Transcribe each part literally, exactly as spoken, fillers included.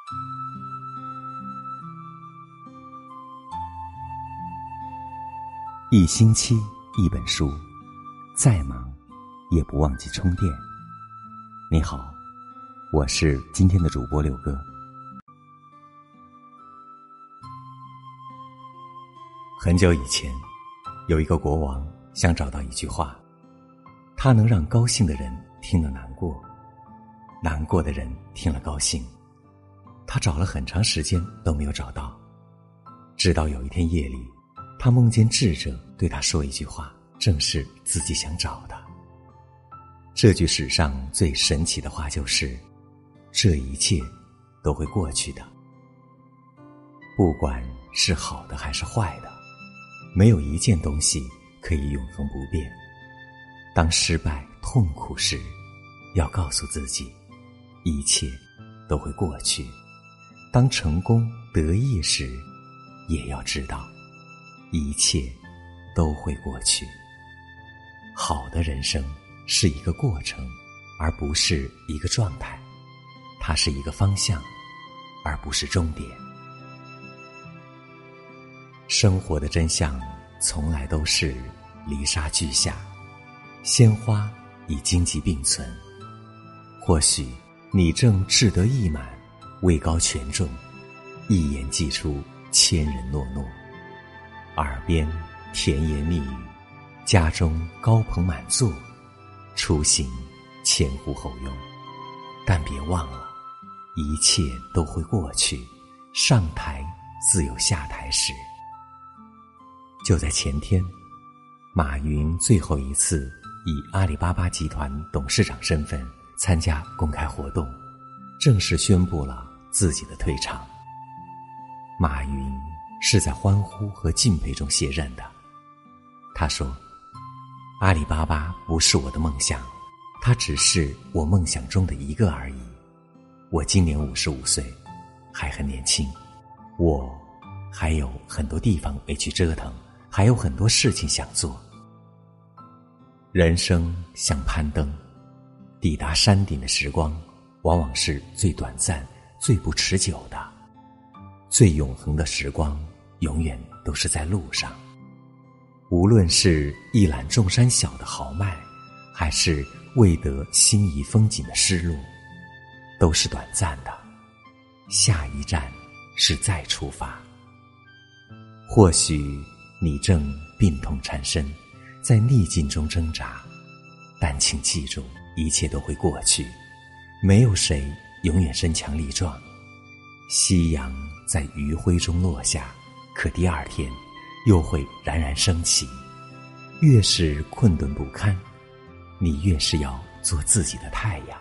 一星期一本书，再忙也不忘记充电。你好，我是今天的主播六哥。很久以前，有一个国王想找到一句话，它能让高兴的人听了难过，难过的人听了高兴。他找了很长时间都没有找到，直到有一天夜里，他梦见智者对他说一句话，正是自己想找的。这句史上最神奇的话就是：这一切都会过去的。不管是好的还是坏的，没有一件东西可以永恒不变。当失败痛苦时，要告诉自己，一切都会过去。当成功得意时，也要知道，一切都会过去。好的人生是一个过程，而不是一个状态。它是一个方向，而不是终点。生活的真相从来都是离沙俱下，鲜花与荆棘并存。或许你正志得意满，位高权重，一言既出，千人诺诺。耳边甜言蜜语，家中高朋满座，出行前呼后拥。但别忘了，一切都会过去，上台自有下台时。就在前天，马云最后一次以阿里巴巴集团董事长身份参加公开活动，正式宣布了自己的退场。马云是在欢呼和敬佩中卸任的。他说，阿里巴巴不是我的梦想，它只是我梦想中的一个而已。我今年五十五岁，还很年轻，我还有很多地方没去折腾，还有很多事情想做。人生像攀登，抵达山顶的时光往往是最短暂、最不持久的，最永恒的时光永远都是在路上。无论是一览众山小的豪迈，还是未得心仪风景的失落，都是短暂的。下一站是再出发。或许你正病痛缠身，在逆境中挣扎，但请记住，一切都会过去。没有谁永远身强力壮。夕阳在余晖中落下，可第二天又会冉冉升起。越是困顿不堪，你越是要做自己的太阳。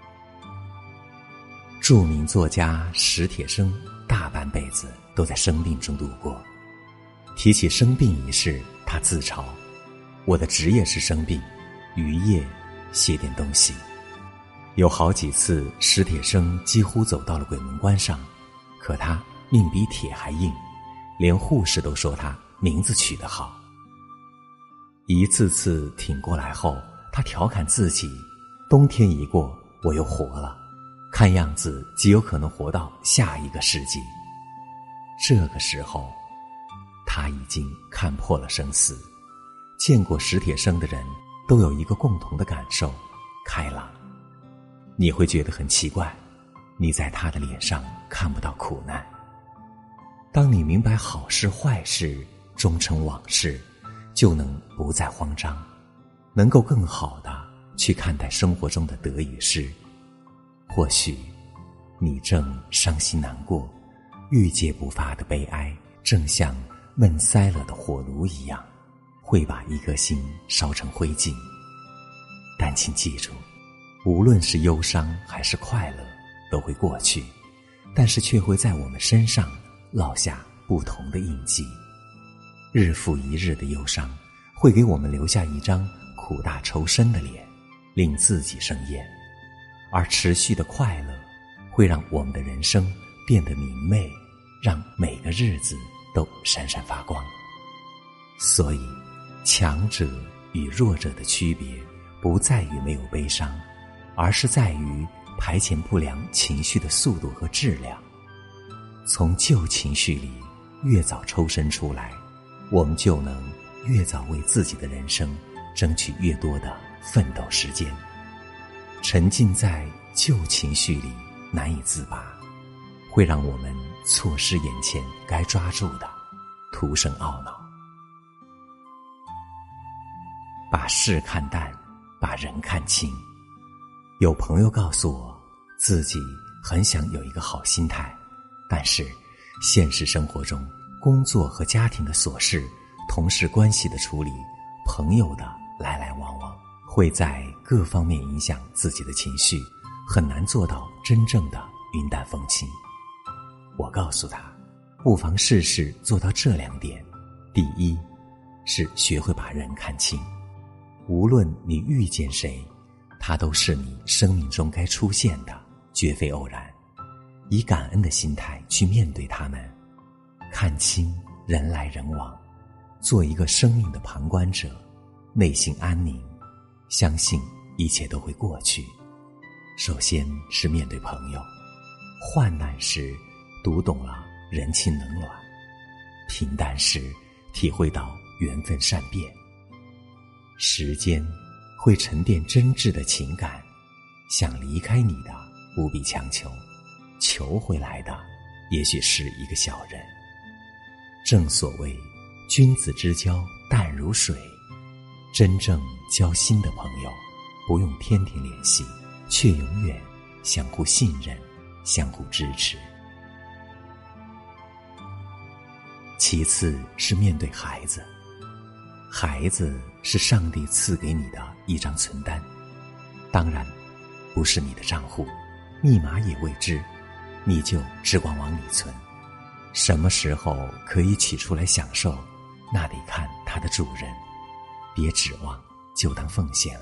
著名作家史铁生大半辈子都在生病中度过。提起生病一事，他自嘲，我的职业是生病，余夜写点东西。有好几次史铁生几乎走到了鬼门关上，可他命比铁还硬，连护士都说他名字取得好。一次次挺过来后，他调侃自己，冬天一过，我又活了，看样子极有可能活到下一个世纪。这个时候，他已经看破了生死。见过史铁生的人都有一个共同的感受，开朗。你会觉得很奇怪，你在他的脸上看不到苦难。当你明白好事坏事终成往事，就能不再慌张，能够更好地去看待生活中的得与失。或许你正伤心难过，郁结不发的悲哀正像闷塞了的火炉一样，会把一颗心烧成灰烬。但请记住，无论是忧伤还是快乐都会过去，但是却会在我们身上烙下不同的印记。日复一日的忧伤会给我们留下一张苦大仇深的脸，令自己生厌。而持续的快乐会让我们的人生变得明媚，让每个日子都闪闪发光。所以强者与弱者的区别不在于没有悲伤，而是在于排遣不良情绪的速度和质量。 从旧情绪里越早抽身出来，我们就能越早为自己的人生争取越多的奋斗时间。沉浸在旧情绪里难以自拔，会让我们错失眼前该抓住的，徒生懊恼。把事看淡，把人看清。有朋友告诉我，自己很想有一个好心态，但是现实生活中工作和家庭的琐事，同事关系的处理，朋友的来来往往，会在各方面影响自己的情绪，很难做到真正的云淡风轻。我告诉他，不妨试试做到这两点。第一，是学会把人看清。无论你遇见谁，他都是你生命中该出现的，绝非偶然。以感恩的心态去面对他们，看清人来人往，做一个生命的旁观者，内心安宁，相信一切都会过去。首先是面对朋友，患难时读懂了人情冷暖，平淡时体会到缘分善变。时间会沉淀真挚的情感，想离开你的不必强求，求回来的也许是一个小人。正所谓君子之交淡如水，真正交心的朋友不用天天联系，却永远相互信任，相互支持。其次是面对孩子，孩子是上帝赐给你的一张存单，当然不是你的账户，密码也未知，你就只管往里存。什么时候可以取出来享受，那得看他的主人，别指望就当奉献了。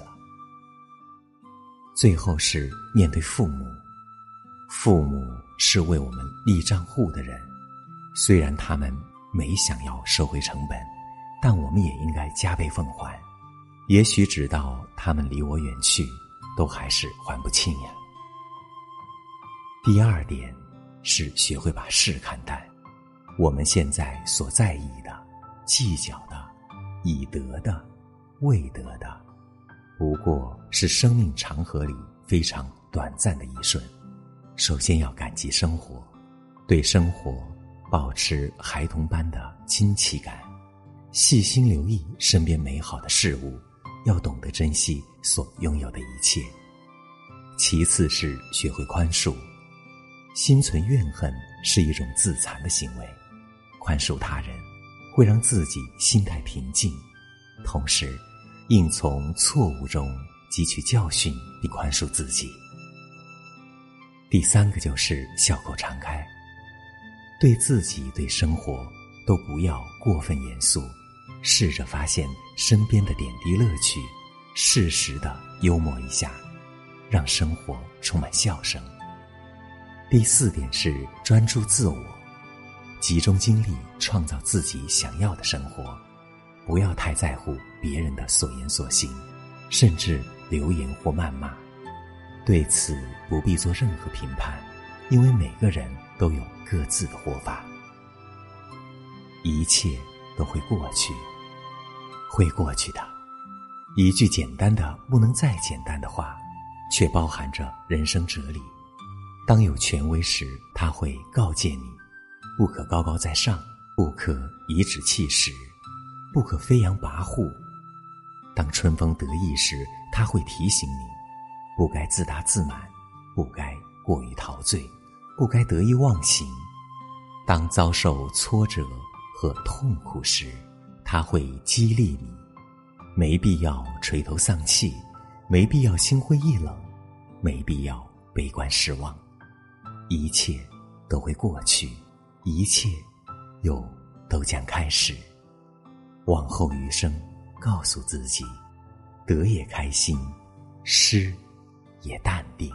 最后是面对父母，父母是为我们立账户的人，虽然他们没想要收回成本，但我们也应该加倍奉还。也许直到他们离我远去，都还是还不清呀。第二点是学会把事看淡。我们现在所在意的、计较的、已得的、未得的，不过是生命长河里非常短暂的一瞬。首先要感激生活，对生活保持孩童般的亲切感，细心留意身边美好的事物，要懂得珍惜所拥有的一切。其次是学会宽恕，心存怨恨是一种自残的行为，宽恕他人会让自己心态平静，同时应从错误中汲取教训并宽恕自己。第三个就是笑口常开，对自己对生活都不要过分严肃，试着发现身边的点滴乐趣，适时的幽默一下，让生活充满笑声。第四点是专注自我，集中精力创造自己想要的生活，不要太在乎别人的所言所行，甚至流言或谩骂。对此不必做任何评判，因为每个人都有各自的活法。一切都会过去，会过去的。一句简单的不能再简单的话，却包含着人生哲理。当有权威时，他会告诫你，不可高高在上，不可颐指气使，不可飞扬跋扈。当春风得意时，他会提醒你，不该自大自满，不该过于陶醉，不该得意忘形。当遭受挫折和痛苦时，他会激励你，没必要垂头丧气，没必要心灰意冷，没必要悲观失望。一切都会过去，一切又都将开始。往后余生，告诉自己，得也开心，失也淡定。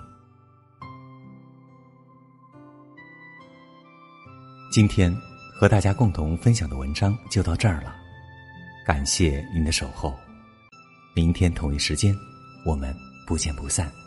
今天和大家共同分享的文章就到这儿了，感谢您的守候。明天同一时间，我们不见不散。